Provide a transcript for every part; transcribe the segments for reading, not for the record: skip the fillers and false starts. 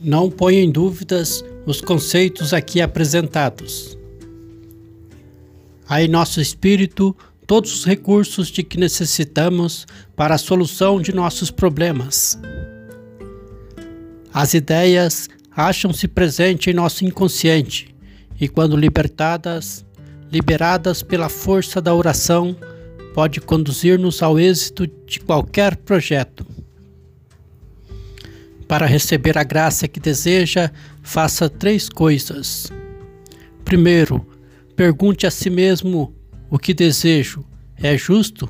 Não ponha em dúvidas os conceitos aqui apresentados. Há em nosso espírito todos os recursos de que necessitamos para a solução de nossos problemas. As ideias acham-se presentes em nosso inconsciente e, quando liberadas pela força da oração, pode conduzir-nos ao êxito de qualquer projeto. Para receber a graça que deseja, faça 3 coisas. Primeiro, pergunte a si mesmo: o que desejo é justo?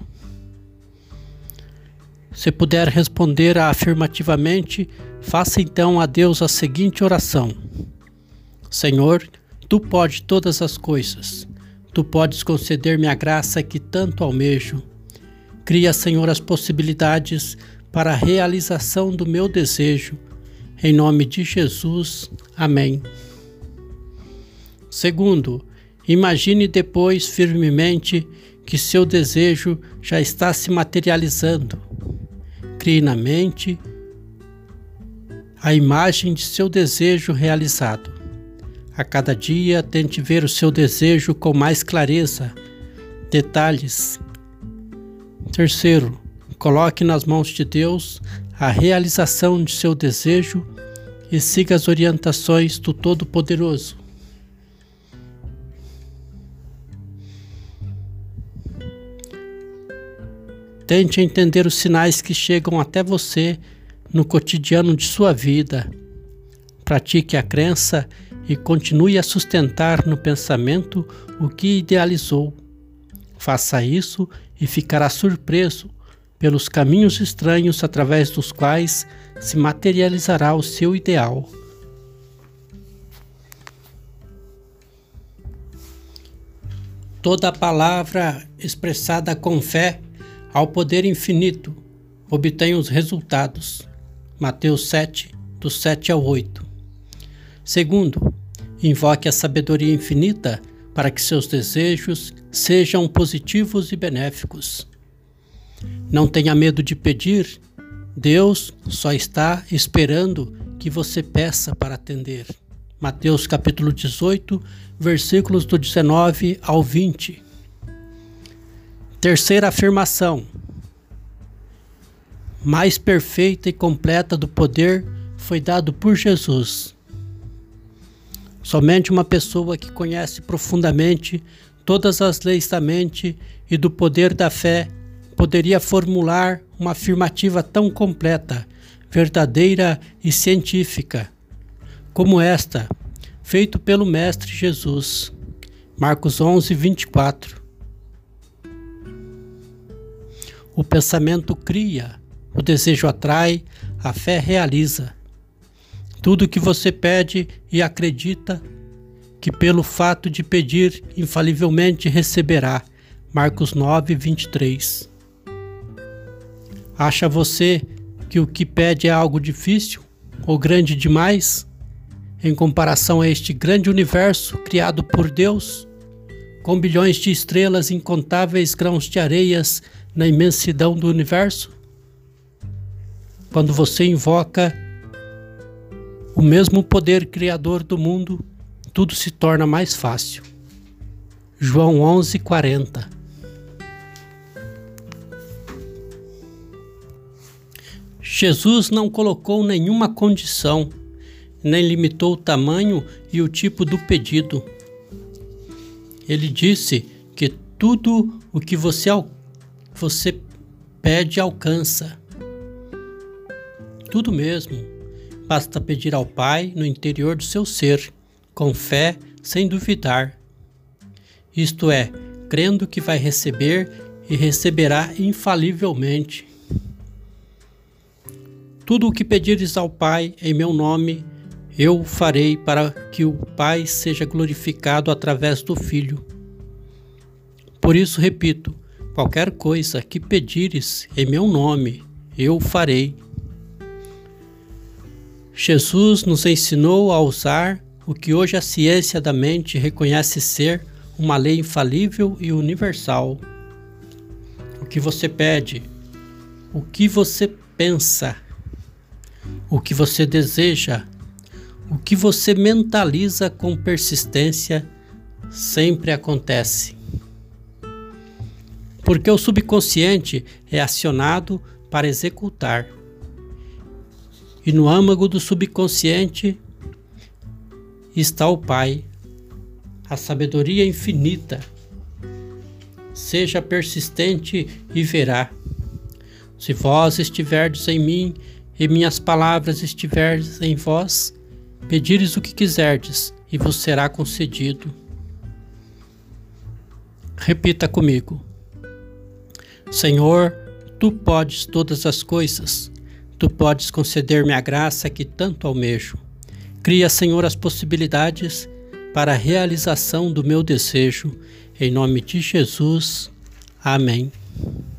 Se puder responder afirmativamente, faça então a Deus a seguinte oração: Senhor, Tu podes todas as coisas. Tu podes conceder-me a graça que tanto almejo. Cria, Senhor, as possibilidades para a realização do meu desejo. Em nome de Jesus. Amém. Segundo, imagine depois firmemente que seu desejo já está se materializando. Crie na mente a imagem de seu desejo realizado. A cada dia, tente ver o seu desejo com mais clareza, detalhes. Terceiro, coloque nas mãos de Deus a realização de seu desejo e siga as orientações do Todo-Poderoso. Tente entender os sinais que chegam até você no cotidiano de sua vida. Pratique a crença e continue a sustentar no pensamento o que idealizou. Faça isso e ficará surpreso pelos caminhos estranhos através dos quais se materializará o seu ideal. Toda palavra expressada com fé ao poder infinito obtém os resultados. Mateus 7, do 7 ao 8. Segundo, invoque a sabedoria infinita para que seus desejos sejam positivos e benéficos. Não tenha medo de pedir. Deus só está esperando que você peça para atender. Mateus capítulo 18, versículos do 19 ao 20. Terceira afirmação. Mais perfeita e completa do poder foi dado por Jesus. Somente uma pessoa que conhece profundamente todas as leis da mente e do poder da fé poderia formular uma afirmativa tão completa, verdadeira e científica como esta, feito pelo Mestre Jesus. Marcos 11, 24. O pensamento cria, o desejo atrai, a fé realiza. Tudo que você pede e acredita que pelo fato de pedir infalivelmente receberá. Marcos 9, 23. Acha você que o que pede é algo difícil ou grande demais em comparação a este grande universo criado por Deus, com bilhões de estrelas e incontáveis grãos de areias na imensidão do universo? Quando você invoca o mesmo poder criador do mundo, tudo se torna mais fácil. João 11, 40. Jesus não colocou nenhuma condição, nem limitou o tamanho e o tipo do pedido. Ele disse que tudo o que você pede alcança. Tudo mesmo. Basta pedir ao Pai no interior do seu ser, com fé, sem duvidar. Isto é, crendo que vai receber e receberá infalivelmente. Tudo o que pedires ao Pai em meu nome, eu farei para que o Pai seja glorificado através do Filho. Por isso repito, qualquer coisa que pedires em meu nome, eu farei. Jesus nos ensinou a usar o que hoje a ciência da mente reconhece ser uma lei infalível e universal. O que você pede, o que você pensa, o que você deseja, O que você mentaliza com persistência sempre acontece. Porque o subconsciente é acionado para executar. E no âmago do subconsciente está o Pai, a sabedoria infinita. Seja persistente e verá. Se vós estiverdes em mim e minhas palavras estiverdes em vós, pedires o que quiserdes e vos será concedido. Repita comigo. Senhor, Tu podes todas as coisas. Tu podes conceder-me a graça que tanto almejo. Cria, Senhor, as possibilidades para a realização do meu desejo. Em nome de Jesus. Amém.